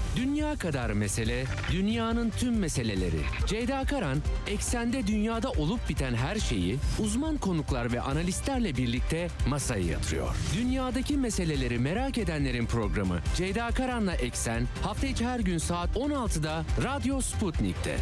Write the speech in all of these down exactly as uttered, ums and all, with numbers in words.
Dünya kadar mesele, dünyanın tüm meseleleri. Ceyda Karan, eksende dünyada olup biten her şeyi uzman konuklar ve analistlerle birlikte masaya yatırıyor. Dünyadaki meseleleri merak edenlerin programı Ceyda Karan'la Eksen, hafta içi her gün saat on altıda Radyo Sputnik'te.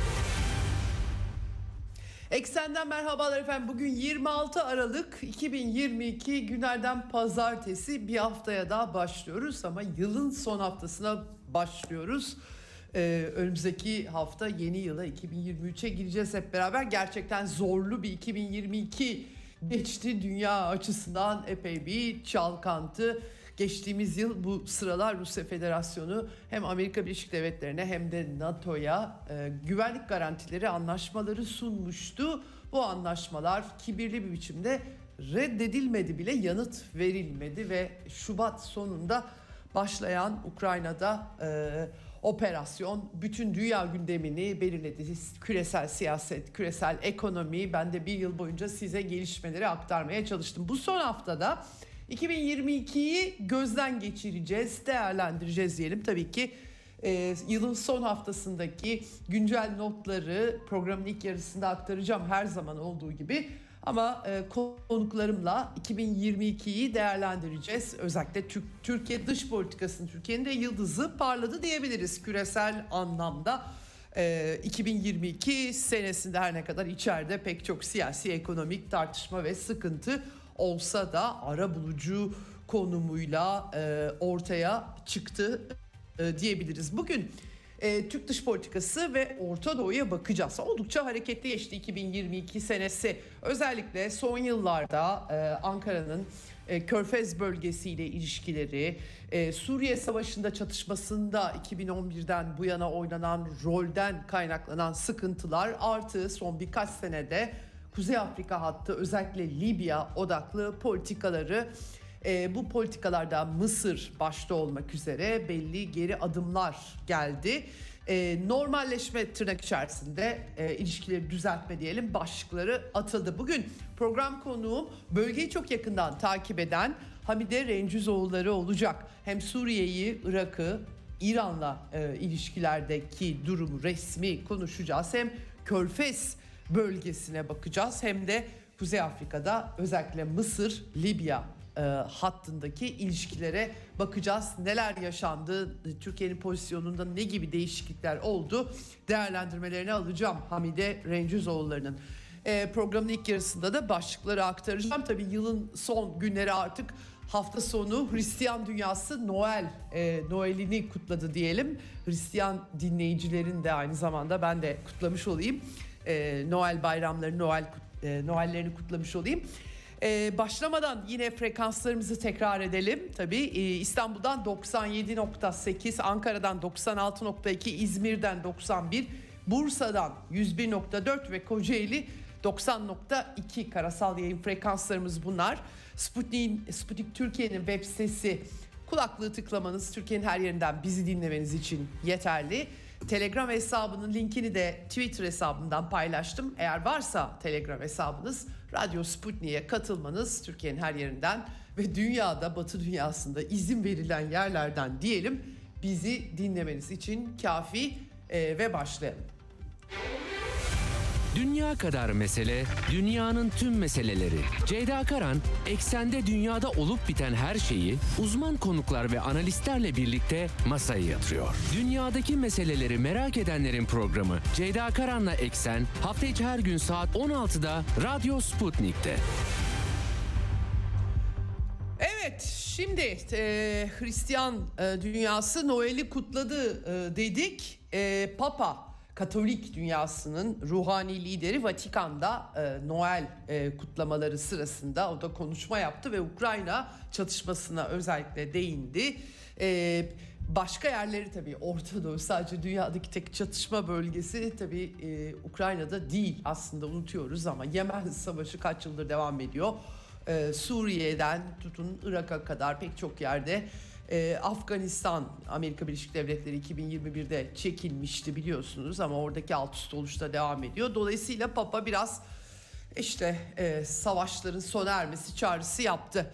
Eksen'den merhabalar efendim. Bugün yirmi altı Aralık iki bin yirmi iki günlerden pazartesi, bir haftaya daha başlıyoruz ama yılın son haftasına başlıyoruz. Ee, önümüzdeki hafta yeni yıla iki bin yirmi üçe gireceğiz hep beraber. Gerçekten zorlu bir iki bin yirmi iki geçti. Dünya açısından epey bir çalkantı. Geçtiğimiz yıl bu sıralar Rusya Federasyonu hem Amerika Birleşik Devletleri'ne hem de NATO'ya e, güvenlik garantileri, anlaşmaları sunmuştu. Bu anlaşmalar kibirli bir biçimde reddedilmedi bile, yanıt verilmedi ve Şubat sonunda başlayan Ukrayna'da e, operasyon bütün dünya gündemini belirledi. Küresel siyaset, küresel ekonomi, ben de bir yıl boyunca size gelişmeleri aktarmaya çalıştım. Bu son haftada iki bin yirmi ikiyi gözden geçireceğiz, değerlendireceğiz diyelim. Tabii ki e, yılın son haftasındaki güncel notları programın ilk yarısında aktaracağım her zaman olduğu gibi. Ama e, konuklarımla iki bin yirmi ikiyi değerlendireceğiz. Özellikle Türk, Türkiye dış politikasının, Türkiye'nin de yıldızı parladı diyebiliriz küresel anlamda. E, iki bin yirmi iki senesinde her ne kadar içeride pek çok siyasi, ekonomik tartışma ve sıkıntı olsa da arabulucu konumuyla e, ortaya çıktı e, diyebiliriz. Bugün e, Türk dış politikası ve Orta Doğu'ya bakacağız. Oldukça hareketli geçti iki bin yirmi iki senesi. Özellikle son yıllarda e, Ankara'nın e, Körfez bölgesiyle ilişkileri, e, Suriye Savaşı'nda çatışmasında iki bin on birden bu yana oynanan rolden kaynaklanan sıkıntılar, artı son birkaç senede Kuzey Afrika hattı, özellikle Libya odaklı politikaları, e, bu politikalarda Mısır başta olmak üzere belli geri adımlar geldi. E, normalleşme tırnak içerisinde e, ilişkileri düzeltme diyelim başlıkları atıldı. Bugün program konuğum bölgeyi çok yakından takip eden Hamide Rencüzoğulları olacak. Hem Suriye'yi, Irak'ı, İran'la e, ilişkilerdeki durumu resmi konuşacağız. Hem Körfez bölgesine bakacağız, hem de Kuzey Afrika'da özellikle Mısır, Libya e, hattındaki ilişkilere bakacağız. Neler yaşandı, Türkiye'nin pozisyonunda ne gibi değişiklikler oldu, değerlendirmelerini alacağım Hamide Rencüzoğulları'nın. E, programın ilk yarısında da başlıkları aktaracağım. Tabii yılın son günleri, artık hafta sonu Hristiyan dünyası Noel, e, Noel'ini kutladı diyelim. Hristiyan dinleyicilerin de aynı zamanda ben de kutlamış olayım. E, Noel bayramları, Noel e, Noellerini kutlamış olayım. E, başlamadan yine frekanslarımızı tekrar edelim. Tabii e, İstanbul'dan doksan yedi nokta sekiz, Ankara'dan doksan altı nokta iki, İzmir'den doksan bir, Bursa'dan yüz bir nokta dört ve Kocaeli doksan nokta iki karasal yayın frekanslarımız bunlar. Sputnik, Sputnik Türkiye'nin web sitesi, kulaklığı tıklamanız Türkiye'nin her yerinden bizi dinlemeniz için yeterli. Telegram hesabının linkini de Twitter hesabından paylaştım. Eğer varsa Telegram hesabınız, Radyo Sputnik'e katılmanız Türkiye'nin her yerinden ve dünyada, Batı dünyasında izin verilen yerlerden diyelim, bizi dinlemeniz için kafi ee, ve başlayalım. Dünya kadar mesele, dünyanın tüm meseleleri. Ceyda Karan, eksende dünyada olup biten her şeyi uzman konuklar ve analistlerle birlikte masaya yatırıyor. Dünyadaki meseleleri merak edenlerin programı Ceyda Karan'la Eksen, hafta içi her gün saat on altıda Radyo Sputnik'te. Evet, şimdi e, Hristiyan e, dünyası Noel'i kutladı e, dedik. E, Papa, Katolik dünyasının ruhani lideri Vatikan'da e, Noel e, kutlamaları sırasında o da konuşma yaptı ve Ukrayna çatışmasına özellikle değindi. E, başka yerleri, tabii Orta Doğu sadece dünyadaki tek çatışma bölgesi tabii e, Ukrayna'da değil aslında, unutuyoruz ama Yemen Savaşı kaç yıldır devam ediyor. E, Suriye'den tutun Irak'a kadar pek çok yerde. Ee, Afganistan, Amerika Birleşik Devletleri iki bin yirmi birde çekilmişti biliyorsunuz ama oradaki alt üst oluş da devam ediyor. Dolayısıyla Papa biraz işte e, savaşların sona ermesi çağrısı yaptı.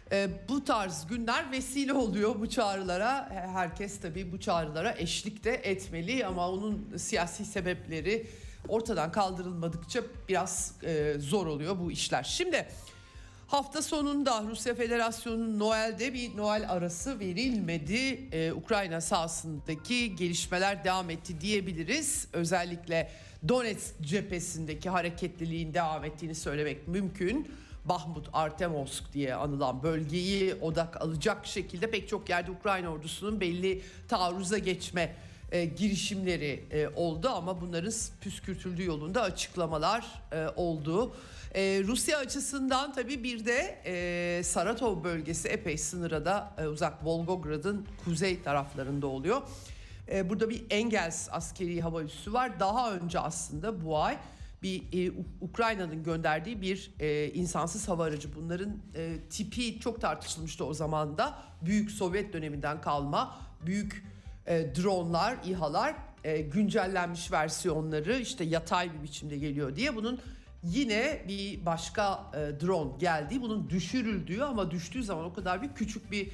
E, bu tarz günler vesile oluyor bu çağrılara. Herkes tabii bu çağrılara eşlik de etmeli ama onun siyasi sebepleri ortadan kaldırılmadıkça biraz e, zor oluyor bu işler. Şimdi hafta sonunda Rusya Federasyonu'nun Noel'de bir Noel arası verilmedi. Ee, Ukrayna sahasındaki gelişmeler devam etti diyebiliriz. Özellikle Donetsk cephesindeki hareketliliğin devam ettiğini söylemek mümkün. Bahmut, Artemovsk diye anılan bölgeyi odak alacak şekilde pek çok yerde Ukrayna ordusunun belli taarruza geçme e, girişimleri e, oldu ama bunların püskürtüldüğü yolunda açıklamalar e, oldu. Ee, Rusya açısından tabii bir de e, Saratov bölgesi epey sınıra da e, uzak, Volgograd'ın kuzey taraflarında oluyor. E, burada bir Engels askeri hava üssü var. Daha önce aslında bu ay bir e, Ukrayna'nın gönderdiği bir e, insansız hava aracı. Bunların e, tipi çok tartışılmıştı o zaman da. Büyük Sovyet döneminden kalma büyük e, dronlar, İHA'lar, e, güncellenmiş versiyonları işte yatay bir biçimde geliyor diye bunun yine bir başka e, drone geldi. Bunun düşürüldüğü ama düştüğü zaman o kadar bir küçük bir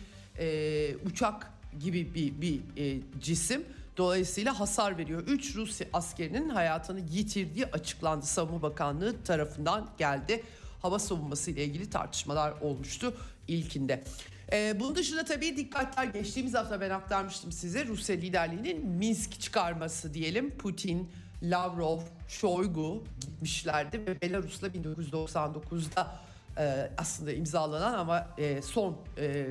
e, uçak gibi bir, bir e, cisim. Dolayısıyla hasar veriyor. üç Rus askerinin hayatını yitirdiği açıklandı. Savunma Bakanlığı tarafından geldi. Hava savunması ile ilgili tartışmalar olmuştu ilkinde. Ee, bunun dışında tabii dikkatler geçtiğimiz hafta ben aktarmıştım size. Rusya liderliğinin Minsk çıkarması diyelim. Putin, Lavrov, Shoigu gitmişlerdi ve Belarus'la bin dokuz yüz doksan dokuzda e, aslında imzalanan ama e, son e,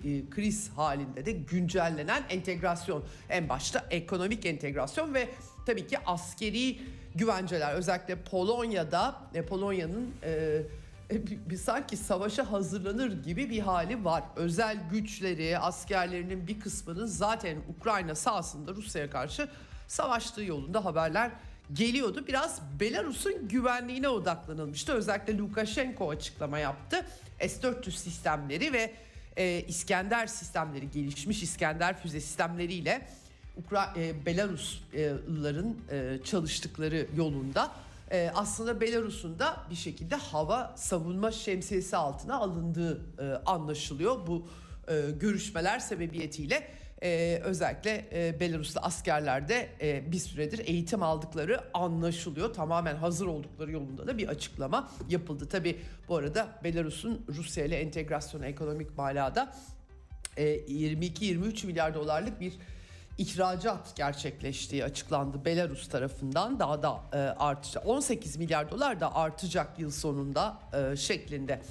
kriz halinde de güncellenen entegrasyon, en başta ekonomik entegrasyon ve tabii ki askeri güvenceler, özellikle Polonya'da e, Polonya'nın e, bir, sanki savaşa hazırlanır gibi bir hali var. Özel güçleri, askerlerinin bir kısmının zaten Ukrayna sahasında Rusya'ya karşı savaştığı yolunda haberler geliyordu. Biraz Belarus'un güvenliğine odaklanılmıştı. Özellikle Lukashenko açıklama yaptı. S dört yüz sistemleri ve e, İskender sistemleri, gelişmiş İskender füze sistemleriyle Ukra- e, Belarusluların e, çalıştıkları yolunda e, aslında Belarus'un da bir şekilde hava savunma şemsiyesi altına alındığı e, anlaşılıyor. Bu e, görüşmeler sebebiyetiyle Ee, özellikle e, Belaruslu askerler de e, bir süredir eğitim aldıkları anlaşılıyor. Tamamen hazır oldukları yolunda da bir açıklama yapıldı. Tabii bu arada Belarus'un Rusya ile entegrasyonu ekonomik manada e, yirmi iki yirmi üç milyar dolarlık bir ihracat gerçekleştiği açıklandı Belarus tarafından. Daha da e, artacak, on sekiz milyar dolar da artacak yıl sonunda e, şeklinde.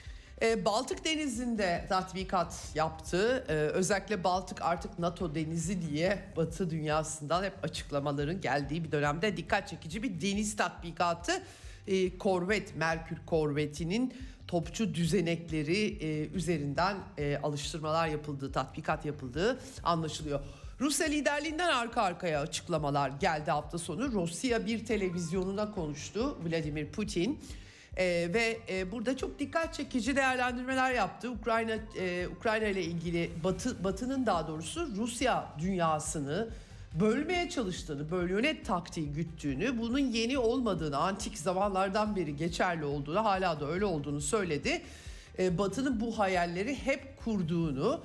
Ee, Baltık Denizi'nde tatbikat yaptı. Ee, özellikle Baltık artık NATO denizi diye Batı dünyasından hep açıklamaların geldiği bir dönemde dikkat çekici bir deniz tatbikatı. Ee, korvet, Merkür korvetinin topçu düzenekleri e, üzerinden e, alıştırmalar yapıldığı, tatbikat yapıldığı anlaşılıyor. Rusya liderliğinden arka arkaya açıklamalar geldi hafta sonu. Rusya bir televizyonuna konuştu Vladimir Putin. Ee, ve e, burada çok dikkat çekici değerlendirmeler yaptı. Ukrayna e, Ukrayna ile ilgili Batı Batı'nın daha doğrusu Rusya dünyasını bölmeye çalıştığını, bölüyonet taktiği güttüğünü, bunun yeni olmadığını, antik zamanlardan beri geçerli olduğunu, hala da öyle olduğunu söyledi. E, Batı'nın bu hayalleri hep kurduğunu,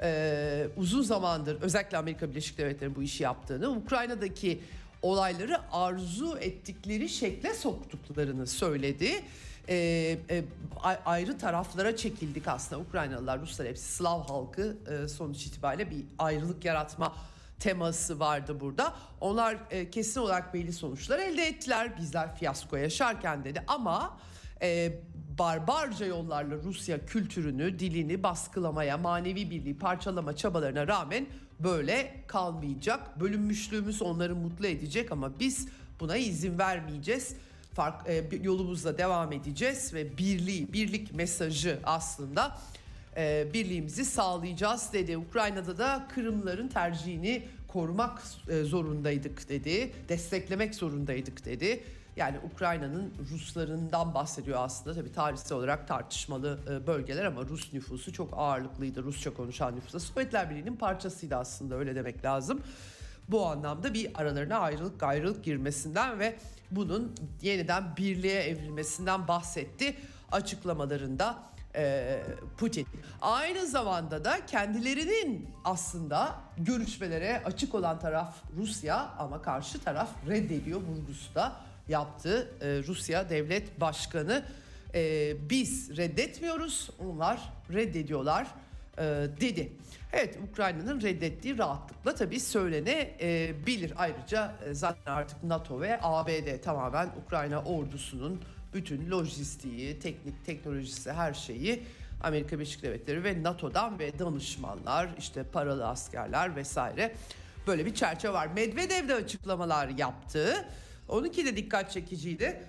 e, uzun zamandır özellikle Amerika Birleşik Devletleri'nin bu işi yaptığını, Ukrayna'daki olayları arzu ettikleri şekle soktuklarını söyledi. Ee, e, ayrı taraflara çekildik aslında. Ukraynalılar, Ruslar hepsi Slav halkı, e, sonuç itibariyle bir ayrılık yaratma teması vardı burada. Onlar e, kesin olarak belli sonuçlar elde ettiler. Bizler fiyasko yaşarken dedi ama e, barbarca yollarla Rusya kültürünü, dilini baskılamaya, manevi birliği parçalama çabalarına rağmen böyle kalmayacak. Bölünmüşlüğümüz onları mutlu edecek ama biz buna izin vermeyeceğiz. Fark, e, yolumuzla devam edeceğiz ve birliği, birlik mesajı aslında e, birliğimizi sağlayacağız dedi. Ukrayna'da da Kırımların tercihini korumak e, zorundaydık dedi. Desteklemek zorundaydık dedi. Yani Ukrayna'nın Ruslarından bahsediyor aslında. Tabii tarihsel olarak tartışmalı bölgeler ama Rus nüfusu çok ağırlıklıydı. Rusça konuşan nüfusu. Sovyetler Birliği'nin parçasıydı aslında, öyle demek lazım. Bu anlamda bir aralarına ayrılık gayrılık girmesinden ve bunun yeniden birliğe evrilmesinden bahsetti açıklamalarında e, Putin. Aynı zamanda da kendilerinin aslında görüşmelere açık olan taraf Rusya ama karşı taraf reddediyor vurgusu da yaptı e, Rusya Devlet Başkanı. E, biz reddetmiyoruz, onlar reddediyorlar e, dedi. Evet, Ukrayna'nın reddettiği rahatlıkla tabii söylenebilir. Ayrıca e, zaten artık NATO ve A B D tamamen Ukrayna ordusunun bütün lojistiği, teknik teknolojisi, her şeyi Amerika Birleşik Devletleri ve NATO'dan ve danışmanlar, işte paralı askerler vesaire, böyle bir çerçeve var. Medvedev de açıklamalar yaptı. Onunki de dikkat çekiciydi.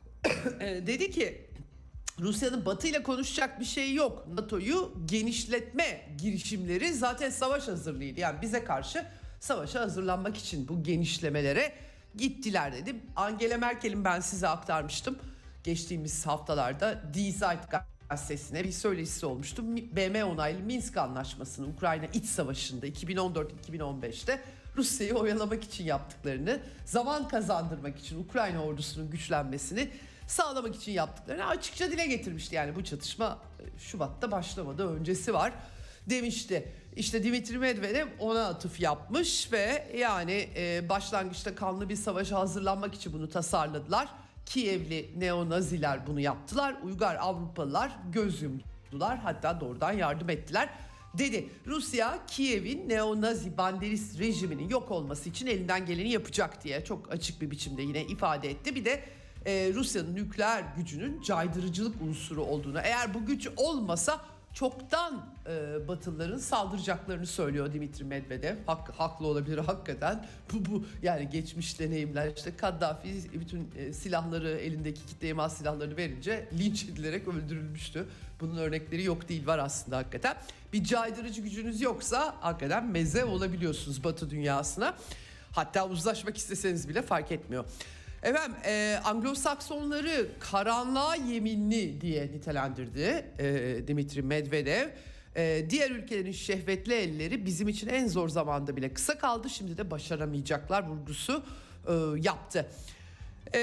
Dedi ki Rusya'nın Batı ile konuşacak bir şey yok. NATO'yu genişletme girişimleri zaten savaş hazırlığıydı. Yani bize karşı savaşa hazırlanmak için bu genişlemelere gittiler dedi. Angela Merkel'in, ben size aktarmıştım geçtiğimiz haftalarda, Die Zeit gazetesine bir söyleşisi olmuştu. B M onaylı Minsk Anlaşması'nı Ukrayna iç savaşında iki bin on dört iki bin on beşte Rusya'yı oyalamak için yaptıklarını, zaman kazandırmak için Ukrayna ordusunun güçlenmesini sağlamak için yaptıklarını açıkça dile getirmişti. Yani bu çatışma Şubat'ta başlamadı, öncesi var demişti. İşte Dimitri Medvedev ona atıf yapmış ve yani e, başlangıçta kanlı bir savaşa hazırlanmak için bunu tasarladılar. Kievli neonaziler bunu yaptılar. Uygar Avrupalılar göz yumdular, hatta doğrudan yardım ettiler dedi. Rusya Kiev'in neonazi banderist rejiminin yok olması için elinden geleni yapacak diye çok açık bir biçimde yine ifade etti. Bir de e, Rusya'nın nükleer gücünün caydırıcılık unsuru olduğunu, eğer bu güç olmasa çoktan e, Batılıların saldıracaklarını söylüyor Dimitri Medvedev. Hak, haklı olabilir hakikaten. Bu, bu yani geçmiş deneyimler, işte Kaddafi bütün e, silahları, elindeki kitle imha silahlarını verince linç edilerek öldürülmüştü. Bunun örnekleri yok değil, var aslında hakikaten. Bir caydırıcı gücünüz yoksa hakikaten meze olabiliyorsunuz Batı dünyasına. Hatta uzlaşmak isteseniz bile fark etmiyor. Efendim e, Anglo-Saksonları karanlığa yeminli diye nitelendirdi e, Dimitri Medvedev. E, diğer ülkelerin şehvetli elleri bizim için en zor zamanda bile kısa kaldı, şimdi de başaramayacaklar vurgusu e, yaptı. E,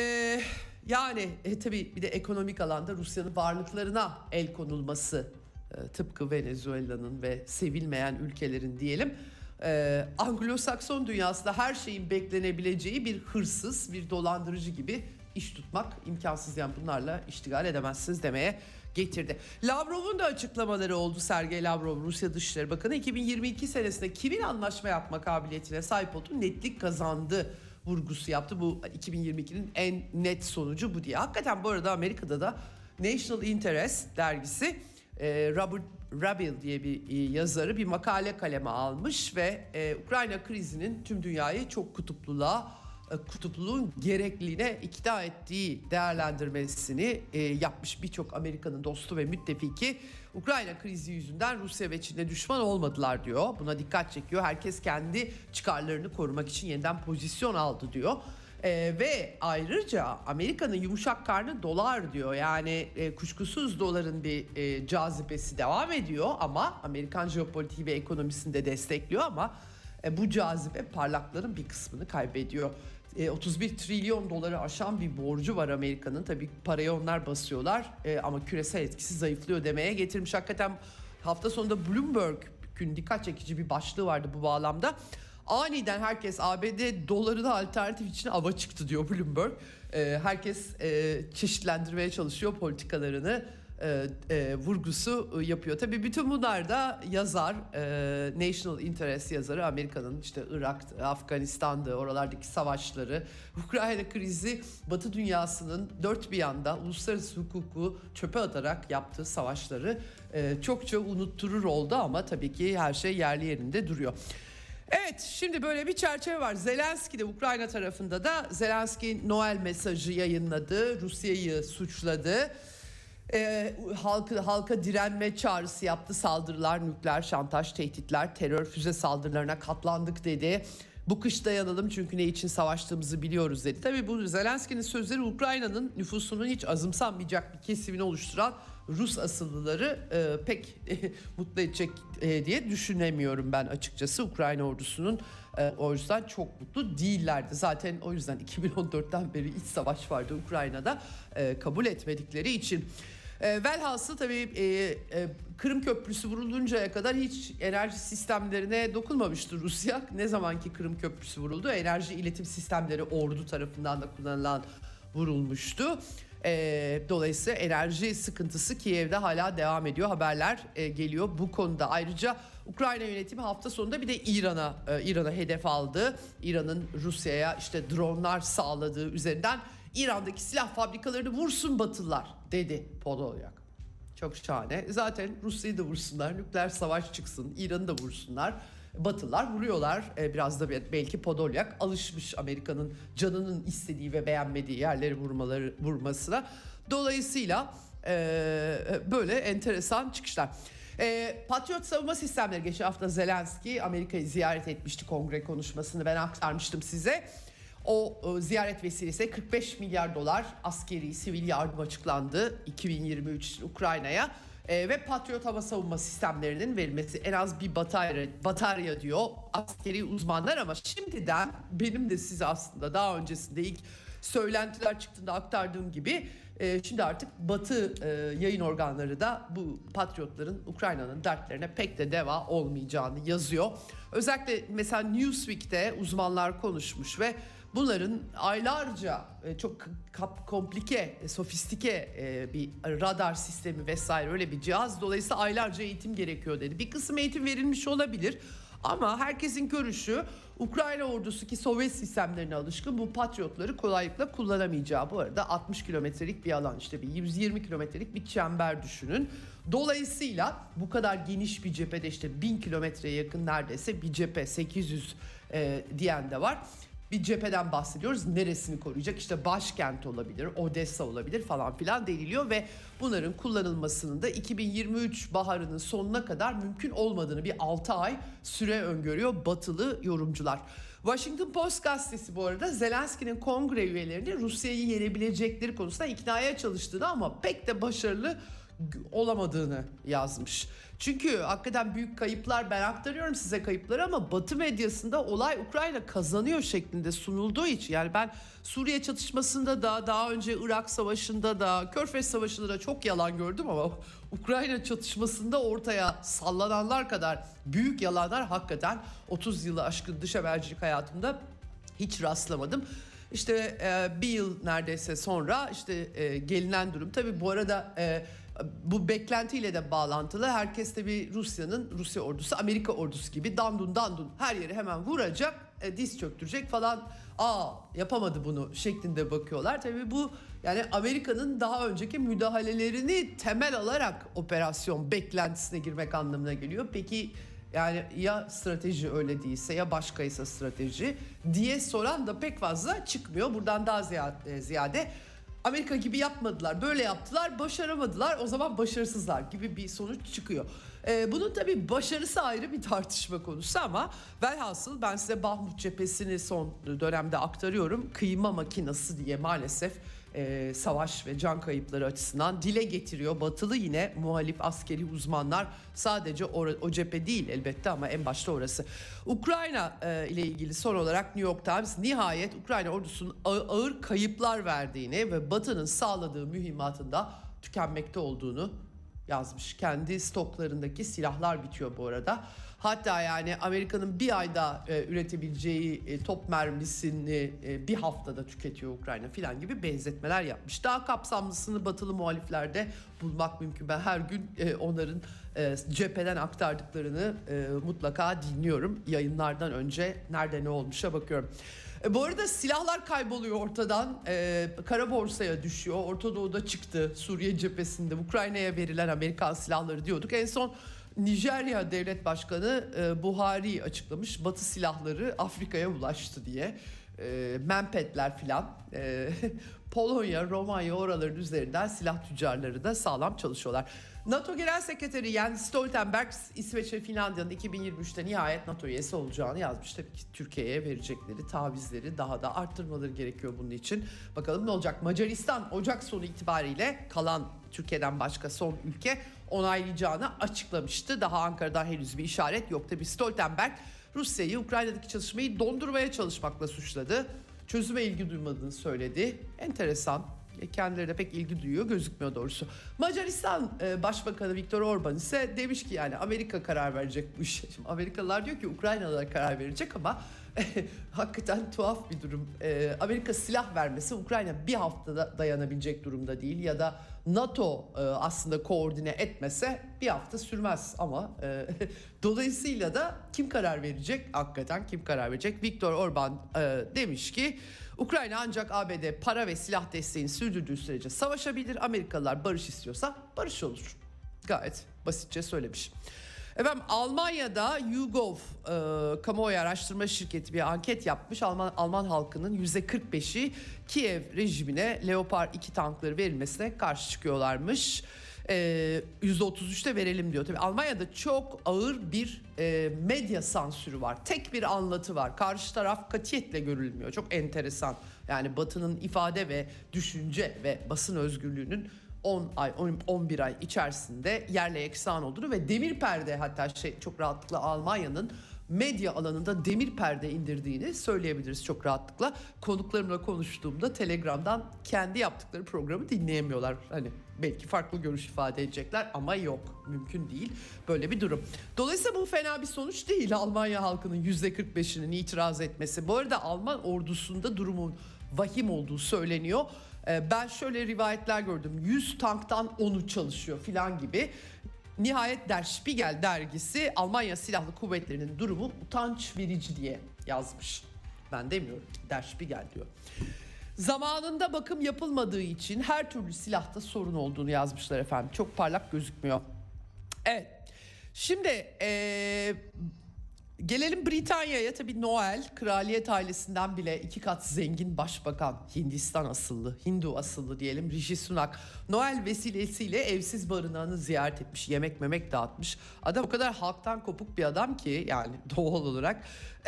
yani e, tabii bir de ekonomik alanda Rusya'nın varlıklarına el konulması, e, tıpkı Venezuela'nın ve sevilmeyen ülkelerin diyelim. Ee, Anglo-Sakson dünyasında her şeyin beklenebileceği bir hırsız, bir dolandırıcı gibi iş tutmak imkansız. Yani bunlarla iştigal edemezsiniz demeye getirdi. Lavrov'un da açıklamaları oldu. Sergey Lavrov, Rusya Dışişleri Bakanı, iki bin yirmi iki senesinde kimin anlaşma yapma kabiliyetine sahip olduğu netlik kazandı vurgusu yaptı. Bu iki bin yirmi ikinin en net sonucu bu diye. Hakikaten bu arada Amerika'da da National Interest dergisi Robert Rabin diye bir yazarı bir makale kaleme almış ve e, Ukrayna krizinin tüm dünyayı çok kutupluluğa, e, kutupluluğun gerekliliğine ikna ettiği değerlendirmesini e, yapmış. Birçok Amerika'nın dostu ve müttefiki Ukrayna krizi yüzünden Rusya ve Çin'e düşman olmadılar diyor. Buna dikkat çekiyor. Herkes kendi çıkarlarını korumak için yeniden pozisyon aldı diyor. Ee, ve ayrıca Amerika'nın yumuşak karnı dolar diyor. Yani e, kuşkusuz doların bir e, cazibesi devam ediyor ama Amerikan jeopolitiği ve ekonomisini de destekliyor ama e, bu cazibe parlakların bir kısmını kaybediyor. E, otuz bir trilyon doları aşan bir borcu var Amerika'nın. Tabii parayı onlar basıyorlar e, ama küresel etkisi zayıflıyor demeye getirmiş. Hakikaten hafta sonunda Bloomberg'ün dikkat çekici bir başlığı vardı bu bağlamda. Aniden herkes A B D dolarına alternatif için ava çıktı diyor Bloomberg. Ee, herkes e, çeşitlendirmeye çalışıyor politikalarını, e, e, vurgusu yapıyor. Tabii bütün bunlar da yazar, e, National Interest yazarı, Amerika'nın işte Irak, Afganistan'da oralardaki savaşları, Ukrayna krizi, Batı dünyasının dört bir yanda uluslararası hukuku çöpe atarak yaptığı savaşları e, çokça unutturur oldu ama tabii ki her şey yerli yerinde duruyor. Evet, şimdi böyle bir çerçeve var. Zelenski de Ukrayna tarafında da Zelenski Noel mesajı yayınladı. Rusya'yı suçladı. Ee, halkı, halka direnme çağrısı yaptı. Saldırılar, nükleer şantaj, tehditler, terör, füze saldırılarına katlandık dedi. Bu kış dayanalım çünkü ne için savaştığımızı biliyoruz dedi. Tabii bu Zelenski'nin sözleri Ukrayna'nın nüfusunun hiç azımsanmayacak bir kesimini oluşturan Rus asıllıları e, pek e, mutlu edecek e, diye düşünemiyorum ben açıkçası. Ukrayna ordusunun e, o yüzden çok mutlu değillerdi. Zaten o yüzden iki bin on dörtten beri iç savaş vardı Ukrayna'da, e, kabul etmedikleri için. E, velhasıl tabii e, e, Kırım Köprüsü vuruluncaya kadar hiç enerji sistemlerine dokunmamıştı Rusya. Ne zamanki Kırım Köprüsü vuruldu, enerji iletim sistemleri ordu tarafından da kullanılan vurulmuştu. E, dolayısıyla enerji sıkıntısı Kiev'de hala devam ediyor. Haberler e, geliyor bu konuda. Ayrıca Ukrayna yönetimi hafta sonunda bir de İran'a e, İran'a hedef aldı. İran'ın Rusya'ya işte dronlar sağladığı üzerinden İran'daki silah fabrikalarını vursun Batılılar dedi Podolyak. Çok şahane. Zaten Rusya'yı da vursunlar, nükleer savaş çıksın, İran'ı da vursunlar. Batılılar vuruyorlar. Ee, biraz da belki Podolyak alışmış Amerika'nın canının istediği ve beğenmediği yerleri vurmaları vurmasına. Dolayısıyla e, böyle enteresan çıkışlar. E, Patriot savunma sistemleri, geçen hafta Zelenski Amerika'yı ziyaret etmişti, kongre konuşmasını ben aktarmıştım size. O e, ziyaret vesilesiyle kırk beş milyar dolar askeri sivil yardım açıklandı iki bin yirmi üç için Ukrayna'ya. E, ve Patriot hava savunma sistemlerinin verilmesi, en az bir batarya, batarya diyor askeri uzmanlar. Ama şimdiden benim de size aslında daha öncesinde ilk söylentiler çıktığında aktardığım gibi e, şimdi artık Batı e, yayın organları da bu Patriotların Ukrayna'nın dertlerine pek de deva olmayacağını yazıyor. Özellikle mesela Newsweek'te uzmanlar konuşmuş ve bunların aylarca çok komplike, sofistike bir radar sistemi vesaire öyle bir cihaz. Dolayısıyla aylarca eğitim gerekiyor dedi. Bir kısım eğitim verilmiş olabilir ama herkesin görüşü Ukrayna ordusu ki Sovyet sistemlerine alışkın bu Patriotları kolaylıkla kullanamayacağı. Bu arada altmış kilometrelik bir alan, işte bir yüz yirmi kilometrelik bir çember düşünün. Dolayısıyla bu kadar geniş bir cephede işte bin kilometreye yakın neredeyse bir cephe, sekiz yüz e, diyen de var. Bir cepheden bahsediyoruz. Neresini koruyacak? İşte başkent olabilir, Odessa olabilir falan filan deniliyor ve bunların kullanılmasının da iki bin yirmi üç baharının sonuna kadar mümkün olmadığını, bir altı ay süre öngörüyor batılı yorumcular. Washington Post gazetesi bu arada Zelenski'nin kongre üyelerini Rusya'yı yenebilecekleri konusunda iknaya çalıştığını ama pek de başarılı olamadığını yazmış. Çünkü hakikaten büyük kayıplar, ben aktarıyorum size kayıpları ama Batı medyasında olay Ukrayna kazanıyor şeklinde sunulduğu için, yani ben Suriye çatışmasında da, daha önce Irak Savaşı'nda da, Körfez Savaşı'nda da çok yalan gördüm ama Ukrayna çatışmasında ortaya sallananlar kadar büyük yalanlar hakikaten otuz yılı aşkın dış habercilik hayatımda hiç rastlamadım. İşte e, bir yıl neredeyse sonra işte e, gelinen durum. Tabii bu arada e, bu beklentiyle de bağlantılı. Herkes tabii Rusya'nın, Rusya ordusu Amerika ordusu gibi dandun dandun her yeri hemen vuracak, e, diz çöktürecek falan. Aa, yapamadı bunu şeklinde bakıyorlar. Tabii bu yani Amerika'nın daha önceki müdahalelerini temel alarak operasyon beklentisine girmek anlamına geliyor. Peki yani ya strateji öyle değilse, ya başkaysa strateji diye soran da pek fazla çıkmıyor. Buradan daha ziyade, ziyade Amerika gibi yapmadılar, böyle yaptılar, başaramadılar, o zaman başarısızlar gibi bir sonuç çıkıyor. Ee, bunun tabii başarısı ayrı bir tartışma konusu ama velhasıl ben size Bahmut cephesini son dönemde aktarıyorum. Kıyma makinası diye maalesef e, savaş ve can kayıpları açısından dile getiriyor. Batılı yine muhalif askeri uzmanlar, sadece o, o cephe değil elbette ama en başta orası. Ukrayna e, ile ilgili son olarak New York Times nihayet Ukrayna ordusunun ağır kayıplar verdiğini ve Batı'nın sağladığı mühimmatın da tükenmekte olduğunu yazmış. Kendi stoklarındaki silahlar bitiyor bu arada. Hatta yani Amerika'nın bir ayda e, üretebileceği e, top mermisini e, bir haftada tüketiyor Ukrayna filan gibi benzetmeler yapmış. Daha kapsamlısını batılı muhaliflerde bulmak mümkün. Ben her gün e, onların e, cepheden aktardıklarını e, mutlaka dinliyorum. Yayınlardan önce nerede ne olmuşa bakıyorum. E, bu arada silahlar kayboluyor ortadan, e, kara borsaya düşüyor. Orta Doğu'da çıktı, Suriye cephesinde Ukrayna'ya verilen Amerikan silahları diyorduk. En son Nijerya Devlet Başkanı e, Buhari açıklamış, Batı silahları Afrika'ya ulaştı diye. E, Menpetler filan, e, Polonya, Romanya oraların üzerinden silah tüccarları da sağlam çalışıyorlar. NATO Genel Sekreteri Jens Stoltenberg İsveç ve Finlandiya'nın iki bin yirmi üçte nihayet NATO üyesi olacağını yazmış. Tabii ki Türkiye'ye verecekleri tavizleri daha da arttırmaları gerekiyor bunun için. Bakalım ne olacak? Macaristan Ocak sonu itibariyle kalan Türkiye'den başka son ülke onaylayacağını açıklamıştı. Daha Ankara'dan henüz bir işaret yok. Tabii Stoltenberg Rusya'yı Ukrayna'daki çalışmayı dondurmaya çalışmakla suçladı. Çözüme ilgi duymadığını söyledi. Enteresan. kendileri de pek ilgi duyuyor gözükmüyor doğrusu. Macaristan e, Başbakanı Viktor Orban ise demiş ki yani Amerika karar verecek bu işe. Şimdi Amerikalılar diyor ki Ukraynalılar karar verecek ama hakikaten tuhaf bir durum. E, Amerika silah vermesi Ukrayna bir haftada dayanabilecek durumda değil ya da NATO e, aslında koordine etmese bir hafta sürmez ama e, dolayısıyla da kim karar verecek? Hakikaten kim karar verecek? Viktor Orban e, demiş ki Ukrayna ancak A B D para ve silah desteğini sürdürdüğü sürece savaşabilir. Amerikalılar barış istiyorsa barış olur. Gayet basitçe söylemiş. Efendim Almanya'da YouGov e, kamuoyu araştırma şirketi bir anket yapmış. Alman, Alman halkının yüzde kırk beşi Kiev rejimine Leopard iki tankları verilmesine karşı çıkıyorlarmış. E, yüzde otuz üçte verelim diyor. Tabii Almanya'da çok ağır bir e, medya sansürü var. Tek bir anlatı var. Karşı taraf katiyetle görülmüyor. Çok enteresan. Yani Batı'nın ifade ve düşünce ve basın özgürlüğünün on ay on bir ay içerisinde yerle yeksan olduğunu ve demir perde hatta şey çok rahatlıkla Almanya'nın medya alanında demir perde indirdiğini söyleyebiliriz çok rahatlıkla. Konuklarımla konuştuğumda Telegram'dan kendi yaptıkları programı dinleyemiyorlar. Hani belki farklı görüş ifade edecekler ama yok, mümkün değil böyle bir durum. Dolayısıyla bu fena bir sonuç değil Almanya halkının yüzde kırk beşinin itiraz etmesi. Bu arada Alman ordusunda durumun vahim olduğu söyleniyor. Ben şöyle rivayetler gördüm. yüz tanktan onu çalışıyor filan gibi. Nihayet Der Spiegel dergisi Almanya Silahlı Kuvvetleri'nin durumu utanç verici diye yazmış. Ben demiyorum. Der Spiegel diyor. Zamanında bakım yapılmadığı için her türlü silahta sorun olduğunu yazmışlar efendim. Çok parlak gözükmüyor. Evet. Şimdi ee, gelelim Britanya'ya. Tabii Noel kraliyet ailesinden bile iki kat zengin başbakan, Hindistan asıllı, Hindu asıllı diyelim Rishi Sunak Noel vesilesiyle evsiz barınağını ziyaret etmiş, yemek memek dağıtmış. Adam o kadar halktan kopuk bir adam ki yani doğal olarak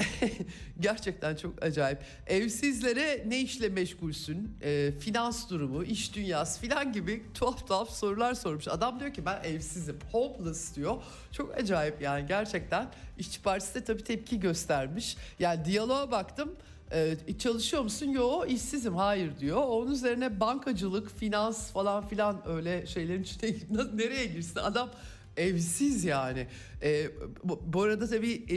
gerçekten çok acayip. Evsizlere ne işle meşgulsün, e, finans durumu, iş dünyası filan gibi tuhaf tuhaf sorular sormuş. Adam diyor ki ben evsizim, hopeless diyor. Çok acayip yani gerçekten. İşçi Partisi de tabii tepki göstermiş. Yani diyaloğa baktım. Ee, çalışıyor musun? Yo, işsizim. Hayır diyor. Onun üzerine bankacılık, finans falan filan öyle şeylerin içine nereye girsin? Adam evsiz yani. Ee, bu, bu arada tabii e,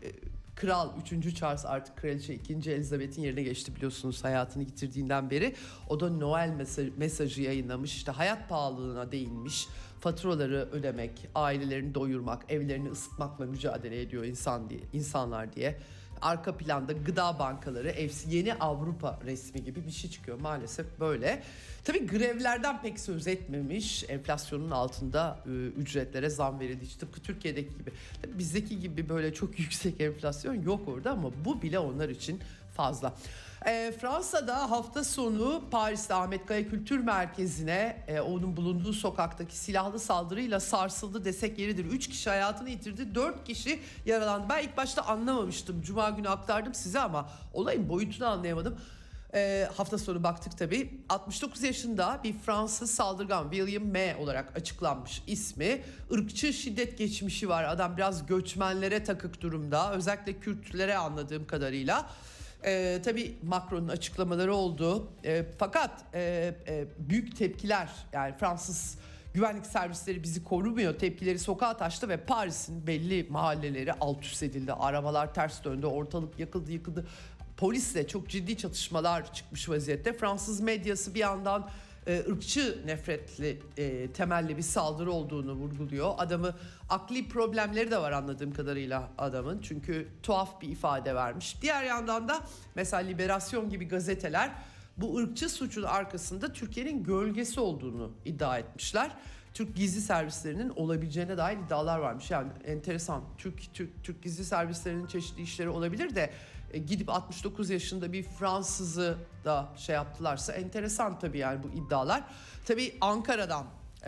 Kral üçüncü Charles artık Kraliçe ikinci Elizabeth'in yerine geçti biliyorsunuz hayatını yitirdiğinden beri. O da Noel mesajı, mesajı yayınlamış. İşte hayat pahalılığına değinmiş. Faturaları ödemek, ailelerini doyurmak, evlerini ısıtmakla mücadele ediyor insan diye, insanlar diye. Arka planda gıda bankaları, evsi, yeni Avrupa resmi gibi bir şey çıkıyor maalesef böyle. Tabii grevlerden pek söz etmemiş. Enflasyonun altında e, ücretlere zam verildi. İşte tıpkı Türkiye'deki gibi. Tabii bizdeki gibi böyle çok yüksek enflasyon yok orada ama bu bile onlar için fazla. E, Fransa'da hafta sonu Paris'te Ahmet Kaya Kültür Merkezi'ne e, onun bulunduğu sokaktaki silahlı saldırıyla sarsıldı desek yeridir. Üç kişi hayatını yitirdi, dört kişi yaralandı. Ben ilk başta anlamamıştım. Cuma günü aktardım size ama olayın boyutunu anlayamadım. E, hafta sonu baktık tabii. altmış dokuz yaşında bir Fransız saldırgan William M. olarak açıklanmış ismi. Irkçı şiddet geçmişi var. Adam biraz göçmenlere takık durumda. Özellikle Kürtlere anladığım kadarıyla. Ee, tabii Macron'un açıklamaları oldu. Ee, fakat e, e, büyük tepkiler yani Fransız güvenlik servisleri bizi korumuyor tepkileri sokağa taştı ve Paris'in belli mahalleleri alt üst edildi. Arabalar ters döndü, ortalık yakıldı yıkıldı. Polisle çok ciddi çatışmalar çıkmış vaziyette. Fransız medyası bir yandan e, ırkçı nefretli e, temelli bir saldırı olduğunu vurguluyor. Adamı akli problemleri de var anladığım kadarıyla adamın. Çünkü tuhaf bir ifade vermiş. Diğer yandan da mesela Liberasyon gibi gazeteler bu ırkçı suçun arkasında Türkiye'nin gölgesi olduğunu iddia etmişler. Türk gizli servislerinin olabileceğine dair iddialar varmış. Yani enteresan. Türk Türk Türk gizli servislerinin çeşitli işleri olabilir de e, gidip altmış dokuz yaşında bir Fransızı da şey yaptılarsa enteresan tabii yani bu iddialar. Tabii Ankara'dan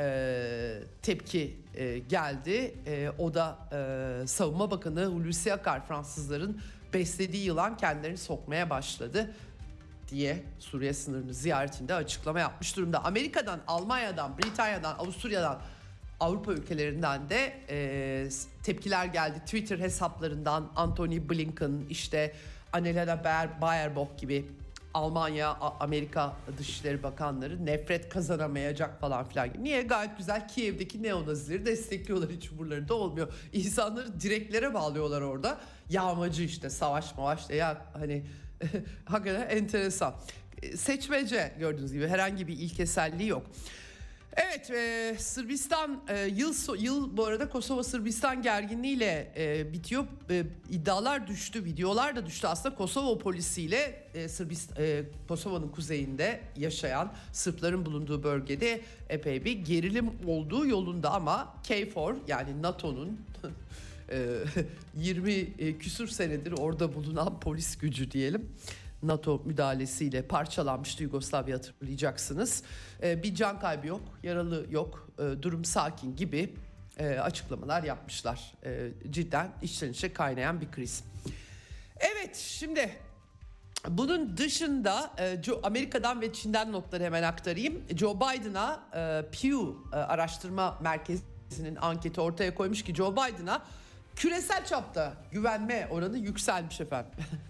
e, tepki e, geldi. E, o da e, Savunma Bakanı Hulusi Akar Fransızların beslediği yılan kendilerini sokmaya başladı diye Suriye sınırını ziyaretinde açıklama yapmış durumda. Amerika'dan, Almanya'dan, Britanya'dan, Avusturya'dan, Avrupa ülkelerinden de e, tepkiler geldi. Twitter hesaplarından Antony Blinken, işte Annalena Baerbock gibi Almanya, Amerika Dışişleri Bakanları nefret kazanamayacak falan filan gibi. Niye? Gayet güzel Kiev'deki neonazileri destekliyorlar, hiç umurlarında olmuyor. İnsanları direklere bağlıyorlar orada. Yağmacı işte, savaş mavaş da ya hani hakikaten enteresan. Seçmece gördüğünüz gibi, herhangi bir ilkeselliği yok. Evet, e, Sırbistan e, yıl yıl bu arada Kosova Sırbistan gerginliğiyle e, bitiyor. E, iddialar düştü, videolar da düştü. Aslında Kosova polisiyle e, Sırbistan, e, Kosova'nın kuzeyinde yaşayan Sırpların bulunduğu bölgede epey bir gerilim olduğu yolunda, ama K four yani NATO'nun yirmi küsür senedir orada bulunan polis gücü diyelim, NATO müdahalesiyle parçalanmıştı Yugoslavya, hatırlayacaksınız. Ee, bir can kaybı yok, yaralı yok, ee, durum sakin gibi e, açıklamalar yapmışlar. Ee, cidden içten içe kaynayan bir kriz. Evet, şimdi bunun dışında e, Amerika'dan ve Çin'den notları hemen aktarayım. Joe Biden'a e, Pew e, Araştırma Merkezi'nin anketi ortaya koymuş ki Joe Biden'a küresel çapta güvenme oranı yükselmiş efendim.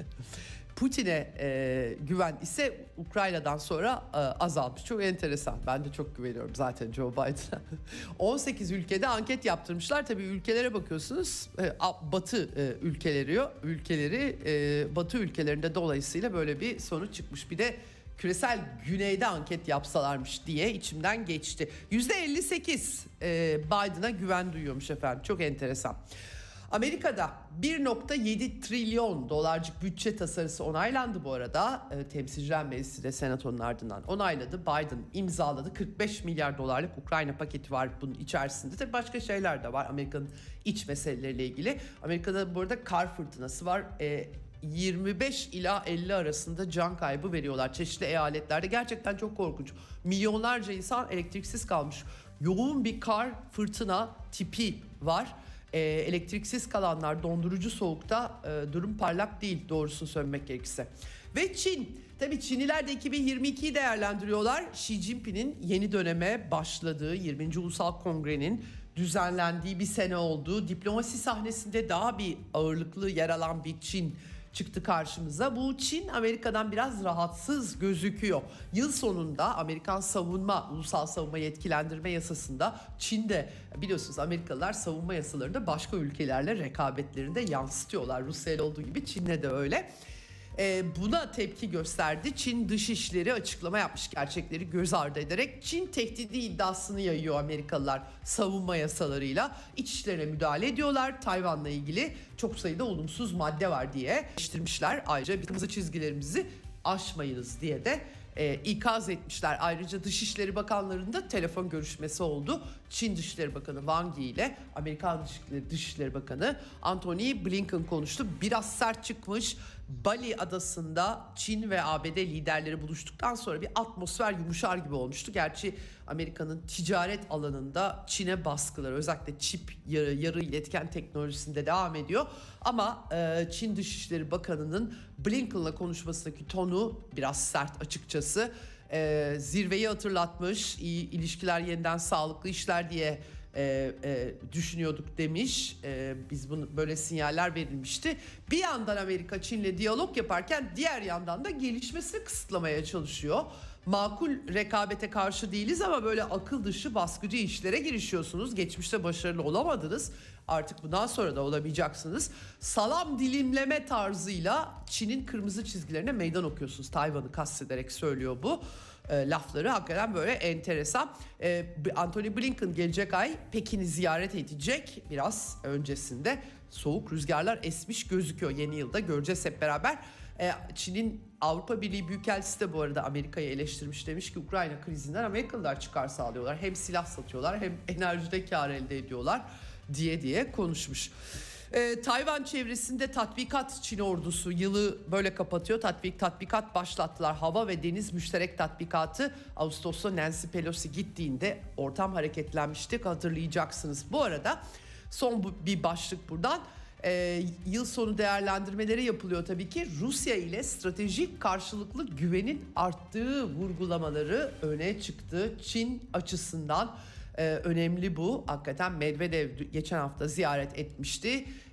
Putin'e e, güven ise Ukrayna'dan sonra e, azalmış. Çok enteresan. Ben de çok güveniyorum zaten Joe Biden'a. on sekiz ülkede anket yaptırmışlar. Tabii ülkelere bakıyorsunuz. E, Batı e, ülkeleri, ülkeleri e, Batı ülkelerinde dolayısıyla böyle bir sonuç çıkmış. Bir de küresel güneyde anket yapsalarmış diye içimden geçti. yüzde elli sekiz e, Biden'a güven duyuyormuş efendim. Çok enteresan. Amerika'da bir virgül yedi trilyon dolarcık bütçe tasarısı onaylandı bu arada. E, Temsilciler Meclisi de Senato'nun ardından onayladı. Biden imzaladı. kırk beş milyar dolarlık Ukrayna paketi var bunun içerisinde. Tabii başka şeyler de var Amerika'nın iç meseleleriyle ilgili. Amerika'da bu arada kar fırtınası var. E, yirmi beş ila elli arasında can kaybı veriyorlar çeşitli eyaletlerde. Gerçekten çok korkunç. Milyonlarca insan elektriksiz kalmış. Yoğun bir kar fırtına tipi var. E, elektriksiz kalanlar, dondurucu soğukta e, durum parlak değil doğrusunu söylemek gerekirse. Ve Çin, tabii Çinliler de iki bin yirmi ikiyi değerlendiriyorlar. Xi Jinping'in yeni döneme başladığı yirminci Ulusal Kongre'nin düzenlendiği bir sene olduğu, diplomasi sahnesinde daha bir ağırlıklı yer alan bir Çin çıktı karşımıza. Bu Çin Amerika'dan biraz rahatsız gözüküyor. Yıl sonunda Amerikan savunma, ulusal savunma yetkilendirme yasasında Çin'de, biliyorsunuz Amerikalılar savunma yasalarında başka ülkelerle rekabetlerinde yansıtıyorlar. Rusya ile olduğu gibi Çin'le de öyle. Ee, buna tepki gösterdi. Çin Dışişleri açıklama yapmış, gerçekleri göz ardı ederek. Çin tehdidi iddiasını yayıyor Amerikalılar savunma yasalarıyla. İç işlerine müdahale ediyorlar. Tayvan'la ilgili çok sayıda olumsuz madde var diye eleştirmişler. Ayrıca kırmızı çizgilerimizi aşmayınız diye de e, ikaz etmişler. Ayrıca Dışişleri Bakanları'nın da telefon görüşmesi oldu. Çin Dışişleri Bakanı Wang Yi ile Amerikan Dışişleri, Dışişleri Bakanı Antony Blinken konuştu. Biraz sert çıkmış. Bali adasında Çin ve A B D liderleri buluştuktan sonra bir atmosfer yumuşar gibi olmuştu. Gerçi Amerika'nın ticaret alanında Çin'e baskıları, özellikle çip yarı, yarı iletken teknolojisinde devam ediyor. Ama e, Çin Dışişleri Bakanı'nın Blinken'la konuşmasındaki tonu biraz sert açıkçası. E, zirveyi hatırlatmış, iyi ilişkiler yeniden sağlıklı işler diye E, e, düşünüyorduk demiş. E, biz bunu böyle sinyaller verilmişti. Bir yandan Amerika Çin'le diyalog yaparken diğer yandan da gelişmesini kısıtlamaya çalışıyor. Makul rekabete karşı değiliz ama böyle akıl dışı baskıcı işlere girişiyorsunuz. Geçmişte başarılı olamadınız. Artık bundan sonra da olamayacaksınız. Salam dilimleme tarzıyla Çin'in kırmızı çizgilerine meydan okuyorsunuz. Tayvan'ı kastederek söylüyor bu. E, lafları hakikaten böyle enteresan. E, Antony Blinken gelecek ay Pekin'i ziyaret edecek. Biraz öncesinde soğuk rüzgarlar esmiş gözüküyor. Yeni yılda göreceğiz hep beraber. E, Çin'in Avrupa Birliği Büyükelçisi de bu arada Amerika'yı eleştirmiş, demiş ki Ukrayna krizinden Amerikalılar çıkar sağlıyorlar. Hem silah satıyorlar hem enerjide kar elde ediyorlar diye diye konuşmuş. Ee, Tayvan çevresinde tatbikat, Çin ordusu yılı böyle kapatıyor. Tatbik, tatbikat başlattılar. Hava ve deniz müşterek tatbikatı. Ağustos'ta Nancy Pelosi gittiğinde ortam hareketlenmişti, hatırlayacaksınız. Bu arada son bir başlık buradan. Ee, yıl sonu değerlendirmeleri yapılıyor tabii ki. Rusya ile stratejik karşılıklı güvenin arttığı vurgulamaları öne çıktı. Çin açısından Ee, önemli bu. Hakikaten Medvedev geçen hafta ziyaret etmişti.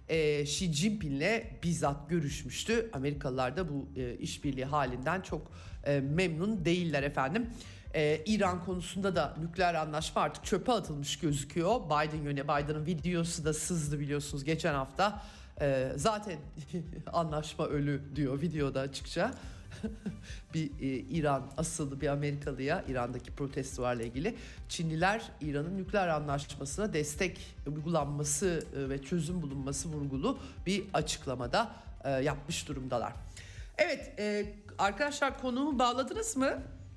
e, Xi Jinping'le bizzat görüşmüştü. Amerikalılar da bu e, işbirliği halinden çok e, memnun değiller efendim. Ee, İran konusunda da nükleer anlaşma artık çöpe atılmış gözüküyor. Biden yöne Biden'ın videosu da sızdı biliyorsunuz geçen hafta. Ee, zaten anlaşma ölü diyor videoda açıkça. bir e, İran asıllı bir Amerikalıya İran'daki protestolarla ilgili Çinliler İran'ın nükleer anlaşmasına destek uygulanması e, ve çözüm bulunması vurgulu bir açıklamada e, yapmış durumdalar. Evet e, arkadaşlar konuğumu bağladınız mı?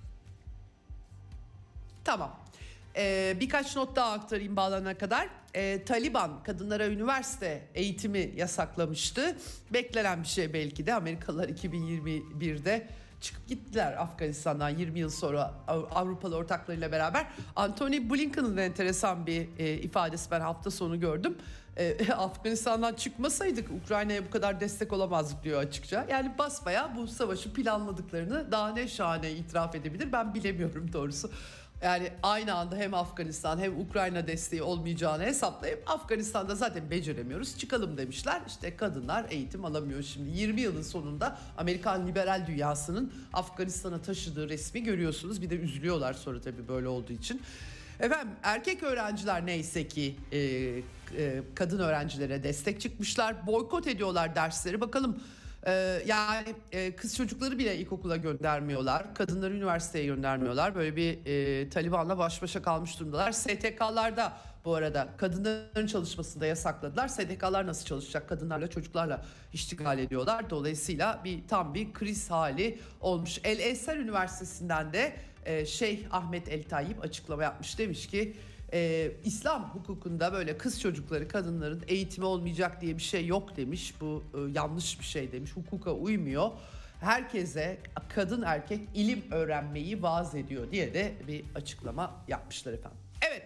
Tamam. Ee, birkaç not daha aktarayım bağlanana kadar. Ee, Taliban kadınlara üniversite eğitimi yasaklamıştı. Beklenen bir şey belki de. Amerikalılar iki bin yirmi birde çıkıp gittiler Afganistan'dan yirmi yıl sonra Avrupalı ortaklarıyla beraber. Antony Blinken'ın enteresan bir e, ifadesi ben hafta sonu gördüm. E, Afganistan'dan çıkmasaydık Ukrayna'ya bu kadar destek olamazdık diyor açıkça. Yani basbayağı bu savaşı planladıklarını daha ne şahane itiraf edebilir ben bilemiyorum doğrusu. Yani aynı anda hem Afganistan hem Ukrayna desteği olmayacağını hesaplayıp Afganistan'da zaten beceremiyoruz çıkalım demişler. İşte kadınlar eğitim alamıyor şimdi. yirmi yılın sonunda Amerikan liberal dünyasının Afganistan'a taşıdığı resmi görüyorsunuz. Bir de üzülüyorlar sonra tabii böyle olduğu için. Efendim erkek öğrenciler neyse ki e, e, kadın öğrencilere destek çıkmışlar. Boykot ediyorlar dersleri. Bakalım Ee, yani e, kız çocukları bile ilkokula göndermiyorlar. Kadınları üniversiteye göndermiyorlar. Böyle bir e, Taliban'la baş başa kalmış durumdalar. S T K'larda bu arada kadınların çalışmasını da yasakladılar. S T K'lar nasıl çalışacak? Kadınlarla çocuklarla iştigal ediyorlar. Dolayısıyla bir tam bir kriz hali olmuş. El Eser Üniversitesi'nden de e, Şeyh Ahmet El Tayyip açıklama yapmış. Demiş ki Ee, İslam hukukunda böyle kız çocukları, kadınların eğitimi olmayacak diye bir şey yok demiş. Bu e, yanlış bir şey demiş. Hukuka uymuyor. Herkese kadın erkek ilim öğrenmeyi vaaz ediyor diye de bir açıklama yapmışlar efendim. Evet.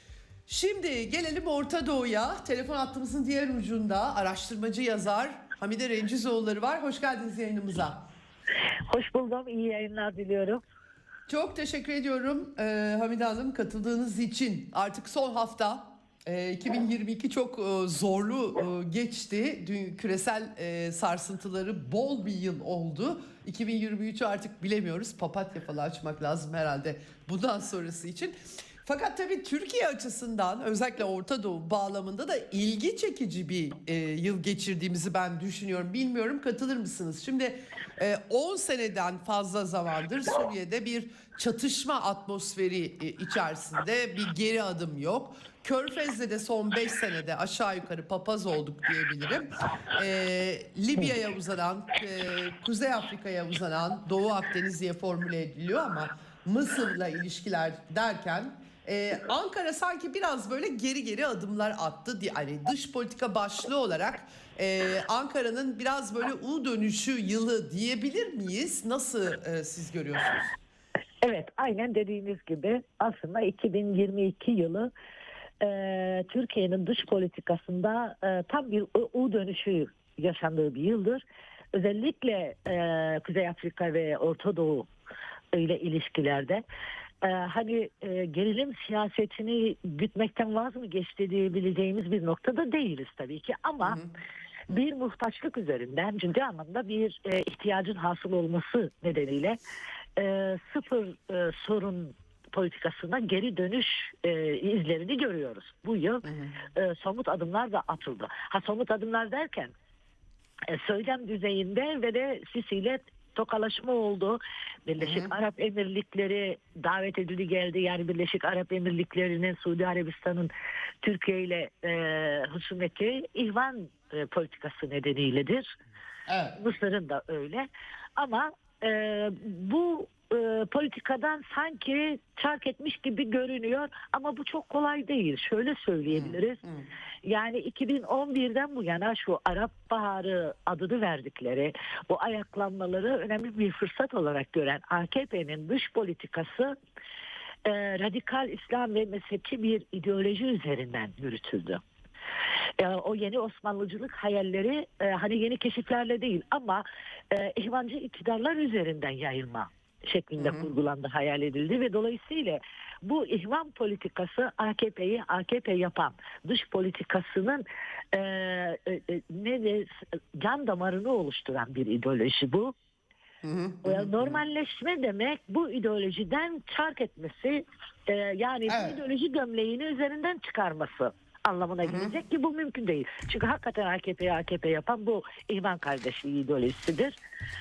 Şimdi gelelim Orta Doğu'ya. Telefon hattımızın diğer ucunda araştırmacı yazar Hamide Rencizoğulları var. Hoş geldiniz yayınımıza. Hoş buldum. İyi yayınlar diliyorum. Çok teşekkür ediyorum e, Hamide Hanım katıldığınız için. Artık son hafta e, iki bin yirmi iki çok e, zorlu e, geçti. Dün küresel e, sarsıntıları bol bir yıl oldu. iki bin yirmi üçü artık bilemiyoruz. Papatya falan açmak lazım herhalde bundan sonrası için. Fakat tabii Türkiye açısından özellikle Orta Doğu bağlamında da ilgi çekici bir e, yıl geçirdiğimizi ben düşünüyorum. Bilmiyorum katılır mısınız? Şimdi e, on seneden fazla zamandır Suriye'de bir çatışma atmosferi e, içerisinde bir geri adım yok. Körfez'de de son beş senede aşağı yukarı papaz olduk diyebilirim. E, Libya'ya uzanan, e, Kuzey Afrika'ya uzanan, Doğu Akdeniz diye formüle ediliyor ama Mısır'la ilişkiler derken Ee, Ankara sanki biraz böyle geri geri adımlar attı. Yani dış politika başlığı olarak e, Ankara'nın biraz böyle U dönüşü yılı diyebilir miyiz? Nasıl e, siz görüyorsunuz? Evet, aynen dediğiniz gibi aslında iki bin yirmi iki yılı e, Türkiye'nin dış politikasında e, tam bir U dönüşü yaşandığı bir yıldır. Özellikle e, Kuzey Afrika ve Orta Doğu ile ilişkilerde. Ee, hani e, gerilim siyasetini gütmekten vaz mı geçti diyebileceğimiz bir noktada değiliz tabii ki ama hı hı. bir muhtaçlık üzerinden ciddi anlamda bir e, ihtiyacın hasıl olması nedeniyle e, sıfır e, sorun politikasına geri dönüş e, izlerini görüyoruz. Bu yıl hı hı. E, somut adımlar da atıldı. Ha somut adımlar derken e, söylem düzeyinde ve de Sisi ile tokalaşma oldu. Birleşik Hı-hı. Arap Emirlikleri davet edildi geldi. Yani Birleşik Arap Emirlikleri'nin Suudi Arabistan'ın Türkiye ile e, husumeti ihvan e, politikası nedeniyledir. Evet. Mısır'ın da öyle. Ama e, bu e, politikadan sanki çark etmiş gibi görünüyor. Ama bu çok kolay değil. Şöyle söyleyebiliriz. Hı-hı. Yani iki bin on birden bu yana şu Arap Baharı adını verdikleri bu ayaklanmaları önemli bir fırsat olarak gören A K P'nin dış politikası e, radikal İslam ve mezhepçi bir ideoloji üzerinden yürütüldü. E, o yeni Osmanlıcılık hayalleri e, hani yeni keşiflerle değil ama e, ihvancı iktidarlar üzerinden yayılma şeklinde Hı hı. kurgulandı, hayal edildi ve dolayısıyla bu ihvan politikası A K P'yi A K P yapan dış politikasının e, e, ne de can damarını oluşturan bir ideoloji bu. Hı hı, hı hı. Normalleşme demek bu ideolojiden çark etmesi, e, yani Evet. bu ideoloji gömleğini üzerinden çıkarması anlamına gelecek ki bu mümkün değil. Çünkü hakikaten A K P'yi A K P yapan bu ihvan kardeşliği ideolojisidir.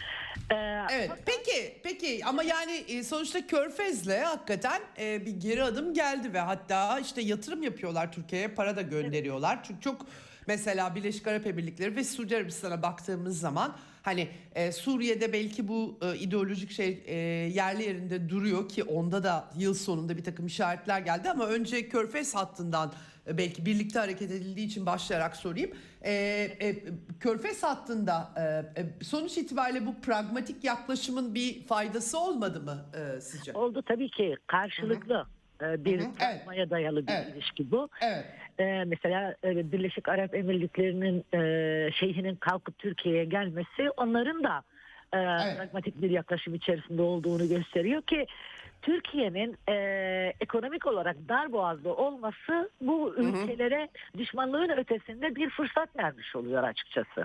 Ee, Evet. Peki, peki ama yani e, sonuçta Körfez'le hakikaten e, bir geri adım geldi ve hatta işte yatırım yapıyorlar, Türkiye'ye para da gönderiyorlar. Çünkü çok mesela Birleşik Arap Emirlikleri ve Suudi Arabistan'a baktığımız zaman hani e, Suriye'de belki bu e, ideolojik şey e, yerli yerinde duruyor ki onda da yıl sonunda bir takım işaretler geldi ama önce Körfez hattından e, belki birlikte hareket edildiği için başlayarak sorayım. E, e, Körfez hattında e, e, sonuç itibariyle bu pragmatik yaklaşımın bir faydası olmadı mı e, sizce? Oldu tabii ki, karşılıklı e, bir Hı hı, evet. pragmaya dayalı bir Evet. ilişki bu. Evet. Ee, mesela e, Birleşik Arap Emirlikleri'nin e, şeyhinin kalkıp Türkiye'ye gelmesi onların da e, Evet. pragmatik bir yaklaşım içerisinde olduğunu gösteriyor ki Türkiye'nin e, ekonomik olarak darboğazda olması bu ülkelere düşmanlığın ötesinde bir fırsat vermiş oluyor açıkçası.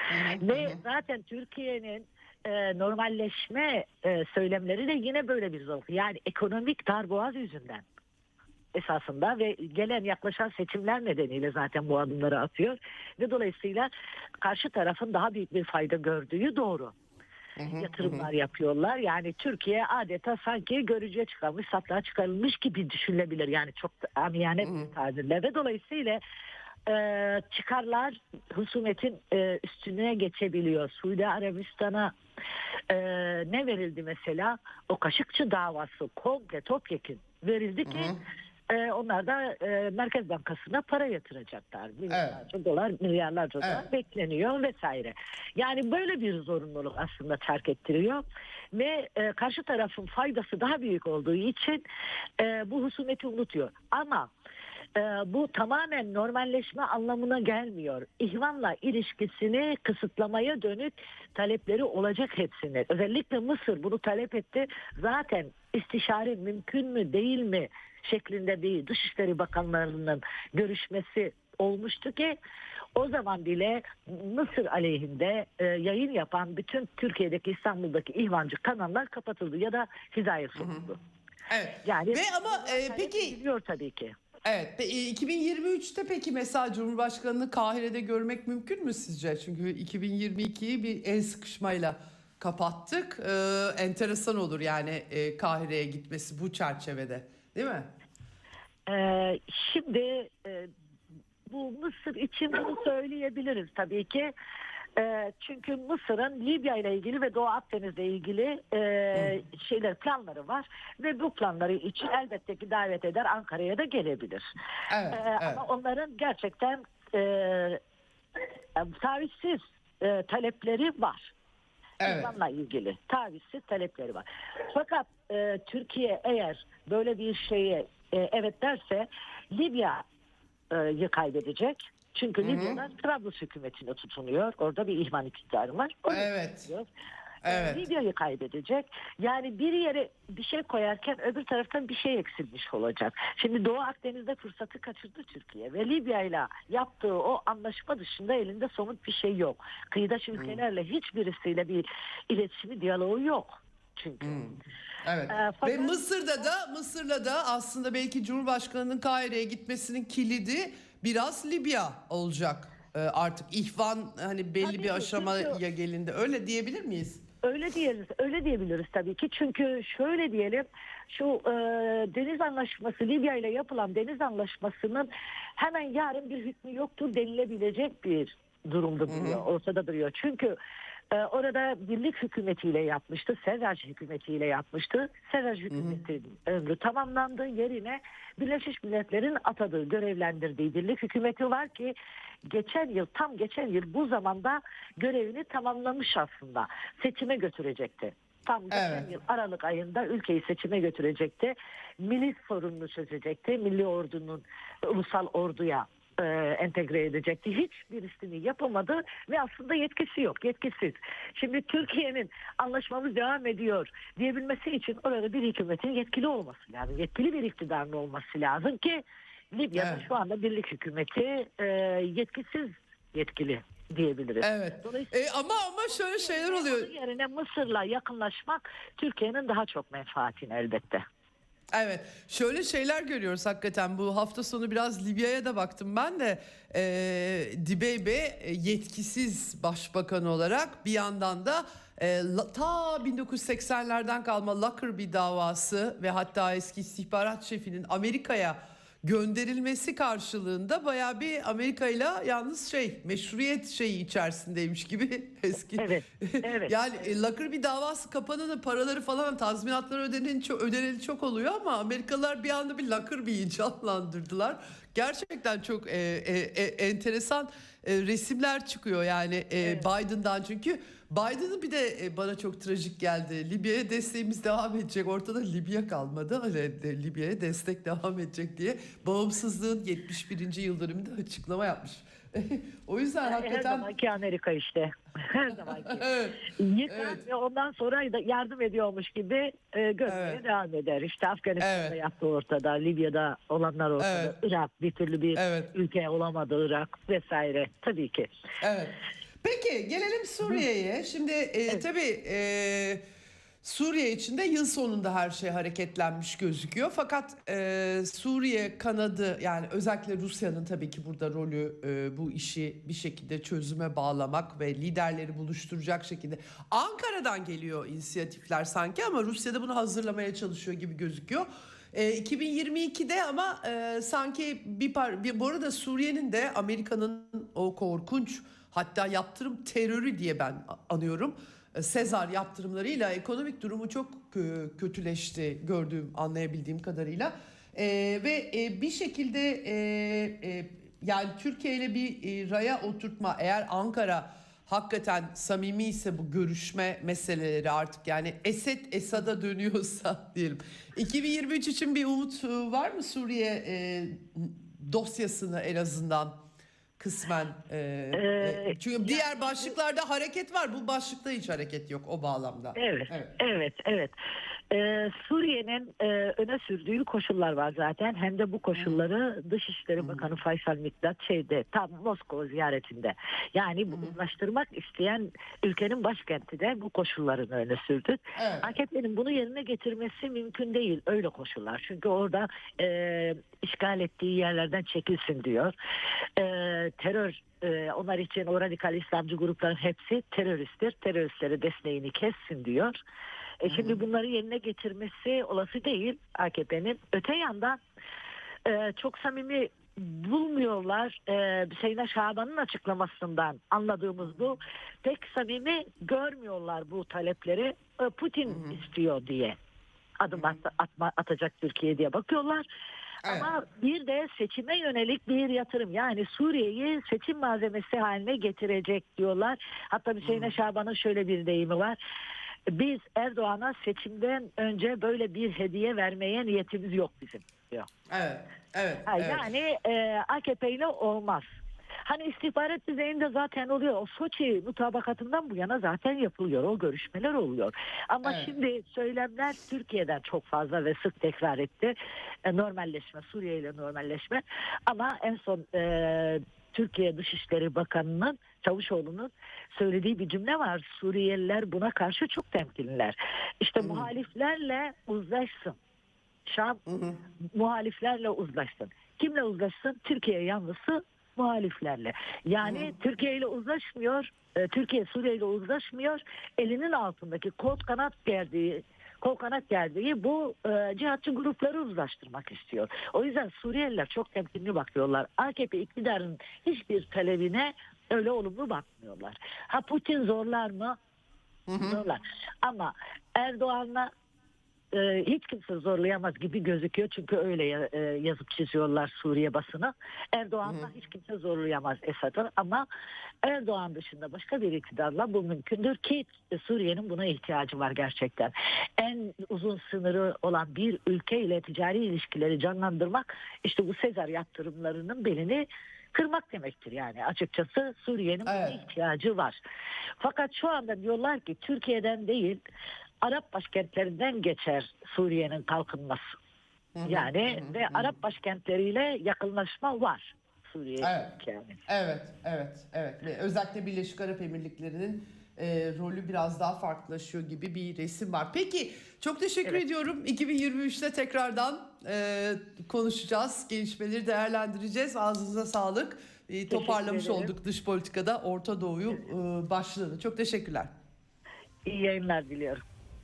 Ve zaten Türkiye'nin e, normalleşme e, söylemleri de yine böyle bir zor. Yani ekonomik darboğaz yüzünden esasında ve gelen yaklaşan seçimler nedeniyle zaten bu adımları atıyor ve dolayısıyla karşı tarafın daha büyük bir fayda gördüğü doğru. Yatırımlar yapıyorlar. Yani Türkiye adeta sanki görücüye çıkarılmış, satlığa çıkarılmış gibi düşünülebilir. Yani çok amiyane bir tabirle ve dolayısıyla e, çıkarlar husumetin e, üstüne geçebiliyor. Suudi Arabistan'a e, ne verildi mesela? O Kaşıkçı davası komple topyekun verildi ki e, onlar da e, Merkez Bankası'na para yatıracaklar. Milyarlarca Evet. dolar, milyarlarca dolar Evet. bekleniyor vesaire. Yani böyle bir zorunluluk aslında terk ettiriyor ve e, karşı tarafın faydası daha büyük olduğu için e, bu husumeti unutuyor. Ama e, bu tamamen normalleşme anlamına gelmiyor. İhvanla ilişkisini kısıtlamaya dönük talepleri olacak hepsinin. Özellikle Mısır bunu talep etti. Zaten istişare mümkün mü değil mi şeklinde bir Dışişleri Bakanlarının görüşmesi olmuştu ki o zaman bile Mısır aleyhinde e, yayın yapan bütün Türkiye'deki, İstanbul'daki ihvancı kanallar kapatıldı ya da hizaya sunuldu. Evet. Yani Ve ama e, talep peki ediliyor tabii ki. evet, pe- e, iki bin yirmi üçte peki mesela Cumhurbaşkanı'nı Kahire'de görmek mümkün mü sizce? Çünkü iki bin yirmi ikiyi bir el sıkışmayla kapattık. Ee, enteresan olur yani e, Kahire'ye gitmesi bu çerçevede, değil mi? Ee, şimdi e, bu Mısır için bunu söyleyebiliriz tabii ki. E, çünkü Mısır'ın Libya ile ilgili ve Doğu Akdeniz'le ilgili e, şeyler planları var ve bu planları için elbette ki davet eder, Ankara'ya da gelebilir. Evet, E, evet. Ama onların gerçekten e, tavizsiz e, talepleri var. Evet. İslam'la ilgili tavizsiz talepleri var. Fakat e, Türkiye eğer böyle bir şeye e, evet derse Libya'yı kaybedecek. Çünkü Libya'da Trablus hükümetine tutunuyor. Orada bir ihvan iktidarı var. Orada Evet. tutunuyor. Evet. Libya'yı kaybedecek. Yani bir yere bir şey koyarken öbür taraftan bir şey eksilmiş olacak. Şimdi Doğu Akdeniz'de fırsatı kaçırdı Türkiye ve Libya'yla yaptığı o anlaşma dışında elinde somut bir şey yok. Kıyıdaş ülkelerle hiçbirisiyle bir iletişimi, diyaloğu yok çünkü. Evet. Ee, fakat- Ve Mısır'da da Mısır'la da aslında belki Cumhurbaşkanı'nın Kahire'ye gitmesinin kilidi biraz Libya olacak. Ee, artık ihvan hani belli Tabii bir ki, aşamaya çünkü- gelindi. Öyle diyebilir miyiz? Öyle diyebiliriz, öyle diyebiliriz tabii ki. Çünkü şöyle diyelim, şu e, deniz anlaşması, Libya ile yapılan deniz anlaşmasının hemen yarın bir hükmü yoktur denilebilecek bir durumda duruyor, ortada duruyor. Çünkü e, orada birlik hükümetiyle yapmıştı, Serraj hükümetiyle yapmıştı. Serraj hükümetinin ömrü tamamlandı, yerine Birleşmiş Milletler'in atadığı, görevlendirdiği birlik hükümeti var ki geçen yıl, tam geçen yıl bu zamanda görevini tamamlamış aslında. Seçime götürecekti. Tam geçen Evet. yıl Aralık ayında ülkeyi seçime götürecekti. Milli sorununu çözecekti. Milli ordunun, ulusal orduya e, entegre edecekti. Hiçbirisini yapamadı ve aslında yetkisi yok, yetkisiz. Şimdi Türkiye'nin anlaşmamız devam ediyor diyebilmesi için orada bir hükümetin yetkili olması lazım. Yetkili bir iktidarın olması lazım ki Libya'da Evet. şu anda birlik hükümeti e, yetkisiz yetkili diyebiliriz. Evet. E, ama ama şöyle şeyler oluyor. Onun yerine Mısır'la yakınlaşmak Türkiye'nin daha çok menfaatine elbette. Evet, şöyle şeyler görüyoruz hakikaten. Bu hafta sonu biraz Libya'ya da baktım ben de. e, Dibeybe e, yetkisiz başbakan olarak, bir yandan da e, la- ta bin dokuz yüz seksenlerden kalma Lockerbie davası ve hatta eski istihbarat şefinin Amerika'ya gönderilmesi karşılığında bayağı bir Amerika ile yalnız şey meşruiyet şeyi içerisindeymiş gibi eski. Evet, evet. Yani e, Lockerbie davası kapananın paraları falan, tazminatları ödeneni çok, ödeneli çok oluyor ama Amerikalılar bir anda bir Lockerbie'yi canlandırdılar. Gerçekten çok e, e, e, enteresan e, resimler çıkıyor yani e, Evet. Biden'dan, çünkü Biden'ın bir de e, bana çok trajik geldi. Libya'ya desteğimiz devam edecek. Ortada Libya kalmadı. Öyle de, Libya'ya destek devam edecek diye bağımsızlığın yetmiş birinci yıl dönümünde açıklama yapmış. O yüzden Her hakikaten zamanki Amerika işte. Her zamanki. evet, Yıkan evet. ve ondan sonra da yardım ediyormuş gibi e, görmeye Evet. devam eder. İşte Afganistan'da Evet. yaptığı ortada, Libya'da olanlar ortada, Evet. Irak bir türlü bir Evet. ülke olamadı, Irak vesaire tabii ki. Evet. Peki gelelim Suriye'ye. Şimdi e, tabii e, Suriye için de yıl sonunda her şey hareketlenmiş gözüküyor. Fakat e, Suriye kanadı, yani özellikle Rusya'nın tabii ki burada rolü e, bu işi bir şekilde çözüme bağlamak ve liderleri buluşturacak şekilde. Ankara'dan geliyor inisiyatifler sanki ama Rusya da bunu hazırlamaya çalışıyor gibi gözüküyor. E, iki bin yirmi ikide ama e, sanki bir par bir bu arada Suriye'nin de Amerika'nın o korkunç, hatta yaptırım terörü diye ben anıyorum, E, Sezar yaptırımlarıyla ekonomik durumu çok kö- kötüleşti gördüğüm, anlayabildiğim kadarıyla. E, ve e, bir şekilde e, e, yani Türkiye ile bir e, raya oturtma, eğer Ankara hakikaten samimi ise bu görüşme meseleleri, artık yani Esed Esad'a dönüyorsa diyelim. iki bin yirmi üç için bir umut e, var mı Suriye e, dosyasını en azından kısmen? E, Ee, e, çünkü diğer başlıklarda hareket var, bu başlıkta hiç hareket yok o bağlamda. Evet, Evet. evet, evet. Ee, Suriye'nin e, öne sürdüğü koşullar var zaten. Hem de bu koşulları Dışişleri Bakanı Faysal Mikdad şeyde, tam Moskova ziyaretinde. Yani bu uzlaştırmak isteyen ülkenin başkenti de bu koşullarını öne sürdü. Evet. A K P'nin bunu yerine getirmesi mümkün değil. Öyle koşullar. Çünkü orada e, işgal ettiği yerlerden çekilsin diyor. E, terör e, onlar için o radikal İslamcı grupların hepsi teröristtir. Teröristlere desteğini kessin diyor. E şimdi bunları yerine getirmesi olası değil A K P'nin. Öte yandan e, çok samimi bulmuyorlar. E, Sayın Şaban'ın açıklamasından anladığımız bu. Pek samimi görmüyorlar bu talepleri. E, Putin hı hı. istiyor diye adım at, atma, atacak Türkiye diye bakıyorlar. Evet. Ama bir de seçime yönelik bir yatırım, yani Suriye'yi seçim malzemesi haline getirecek diyorlar. Hatta Hüseyin Şaban'ın şöyle bir deyimi var. Biz Erdoğan'a seçimden önce böyle bir hediye vermeye niyetimiz yok bizim diyor. Evet, evet, ha, evet. Yani e, A K P ile olmaz. Hani istihbarat düzeyinde zaten oluyor. O Soçi mutabakatından bu yana zaten yapılıyor. O görüşmeler oluyor. Ama evet. Şimdi söylemler Türkiye'den çok fazla ve sık tekrar etti. E, normalleşme, Suriye ile normalleşme. Ama en son e, Türkiye Dışişleri Bakanı'nın, Çavuşoğlu'nun söylediği bir cümle var. Suriyeliler buna karşı çok temkinliler. İşte hmm. muhaliflerle uzlaşsın. Şam hmm. muhaliflerle uzlaşsın. Kimle uzlaşsın? Türkiye yanlısı muhaliflerle. Yani hmm. Türkiye ile uzlaşmıyor. E, Türkiye Suriye ile uzlaşmıyor. Elinin altındaki kol kanat gerdiği kol kanat geldiği bu e, cihatçı grupları uzlaştırmak istiyor. O yüzden Suriyeliler çok temkinli bakıyorlar. A K P iktidarının hiçbir talebine öyle olumlu bakmıyorlar. Ha Putin zorlar mı? Hı hı. Zorlar. Ama Erdoğan'la e, hiç kimse zorlayamaz gibi gözüküyor. Çünkü öyle e, yazıp çiziyorlar Suriye basını. Erdoğan'la hiç kimse zorlayamaz Esad'ı. Ama Erdoğan dışında başka bir iktidarla bu mümkündür ki Suriye'nin buna ihtiyacı var gerçekten. En uzun sınırı olan bir ülke ile ticari ilişkileri canlandırmak, işte bu Sezar yaptırımlarının belini kırmak demektir yani açıkçası. Suriye'nin Evet. buna ihtiyacı var. Fakat şu anda diyorlar ki Türkiye'den değil Arap başkentlerinden geçer Suriye'nin kalkınması. Yani hı hı, ve hı. Arap başkentleriyle yakınlaşma var Suriye'nin Evet. yani. Evet, evet, evet. Ve özellikle Birleşik Arap Emirlikleri'nin e, rolü biraz daha farklılaşıyor gibi bir resim var. Peki, çok teşekkür Evet. ediyorum. iki bin yirmi üçte tekrardan e, konuşacağız, gelişmeleri değerlendireceğiz. Ağzınıza sağlık. E, toparlamış ederim. olduk dış politikada Orta Doğu'yu e, başlığını. Çok teşekkürler. İyi yayınlar diliyorum.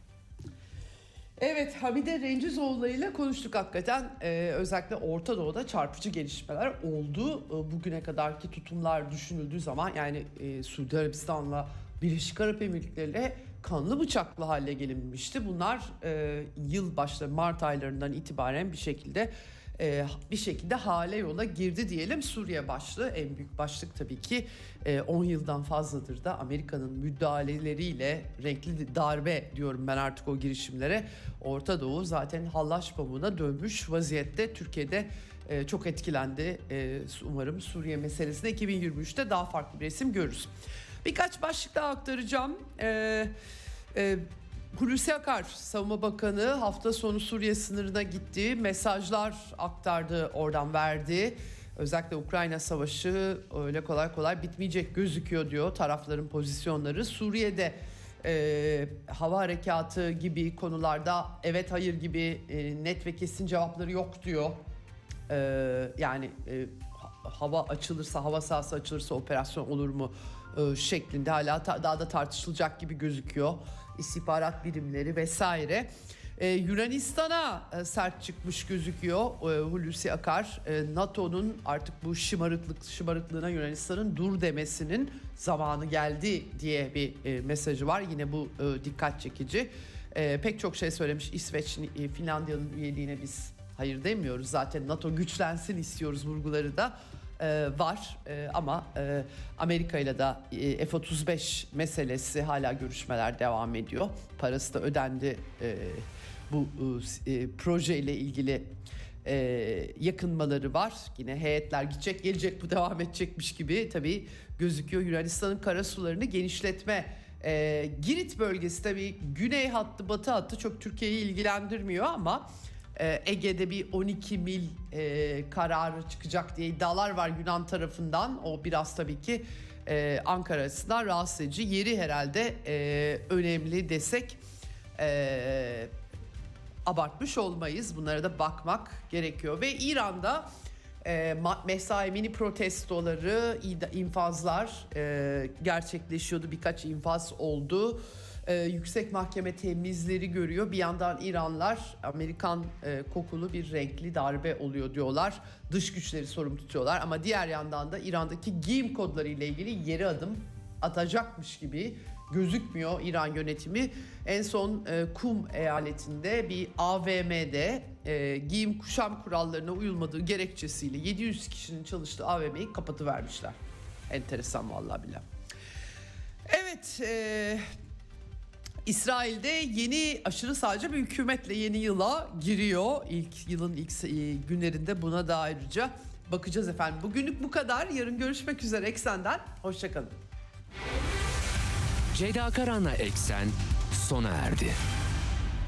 Evet, Hamide Rencizoğlu ile konuştuk hakikaten. Ee, özellikle Orta Doğu'da çarpıcı gelişmeler oldu. Ee, bugüne kadarki tutumlar düşünüldüğü zaman yani e, Suudi Arabistan'la Birleşik Arap Emirlikleri ile kanlı bıçaklı hale gelinmişti. Bunlar e, yıl başları Mart aylarından itibaren bir şekilde e, bir şekilde hale yola girdi diyelim. Suriye başlığı en büyük başlık tabii ki e, on yıldan fazladır da Amerika'nın müdahaleleriyle renkli darbe diyorum ben artık o girişimlere. Orta Doğu zaten hallaç pamuğuna dönmüş vaziyette. Türkiye'de e, çok etkilendi. E, umarım Suriye meselesinde iki bin yirmi üçte daha farklı bir resim görürüz. Birkaç başlık daha aktaracağım. E, e, Hulusi Akar, Savunma Bakanı hafta sonu Suriye sınırına gitti. Mesajlar aktardı, oradan verdi. Özellikle Ukrayna Savaşı öyle kolay kolay bitmeyecek gözüküyor diyor tarafların pozisyonları. Suriye'de e, hava harekatı gibi konularda evet hayır gibi e, net ve kesin cevapları yok diyor. E, yani e, hava açılırsa, hava sahası açılırsa operasyon olur mu e, şeklinde hala ta, daha da tartışılacak gibi gözüküyor. İstihbarat birimleri vesaire. Ee, Yunanistan'a e, sert çıkmış gözüküyor e, Hulusi Akar. E, NATO'nun artık bu şımarıklık şımarıklığına Yunanistan'ın dur demesinin zamanı geldi diye bir e, mesajı var. Yine bu e, dikkat çekici. E, pek çok şey söylemiş. İsveç, e, Finlandiya'nın üyeliğine biz hayır demiyoruz. Zaten NATO güçlensin istiyoruz vurguları da e, var. E, ama e, Amerika ile de e, F otuz beş meselesi hala görüşmeler devam ediyor. Parası da ödendi. E, bu e, proje ile ilgili e, yakınmaları var. Yine heyetler gidecek gelecek, bu devam edecekmiş gibi tabii gözüküyor. Yunanistan'ın karasularını genişletme, e, Girit bölgesi tabii güney hattı batı hattı çok Türkiye'yi ilgilendirmiyor ama e, Ege'de bir on iki mil e, kararı çıkacak diye iddialar var Yunan tarafından. O biraz tabii ki e, Ankara açısından rahatsız edici. Yeri herhalde e, önemli desek e, abartmış olmayız. Bunlara da bakmak gerekiyor. Ve İran'da e, mesai mini protestoları, infazlar e, gerçekleşiyordu. Birkaç infaz oldu. E, yüksek mahkeme temizleri görüyor. Bir yandan İranlılar Amerikan e, kokulu bir renkli darbe oluyor diyorlar. Dış güçleri sorumlu tutuyorlar. Ama diğer yandan da İran'daki giyim kodları ile ilgili geri adım atacakmış gibi gözükmüyor İran yönetimi. En son e, Kum eyaletinde bir A V M'de e, giyim kuşam kurallarına uyulmadığı gerekçesiyle yedi yüz kişinin çalıştığı A V M'yi kapatıvermişler. Enteresan vallahi billahi. Evet, e, İsrail'de yeni aşırı sağcı bir hükümetle yeni yıla giriyor. İlk yılın ilk e, günlerinde buna da ayrıca bakacağız efendim. Bugünlük bu kadar. Yarın görüşmek üzere Eksen'den. Hoşça kalın. Ceyda Karan'la Eksen sona erdi.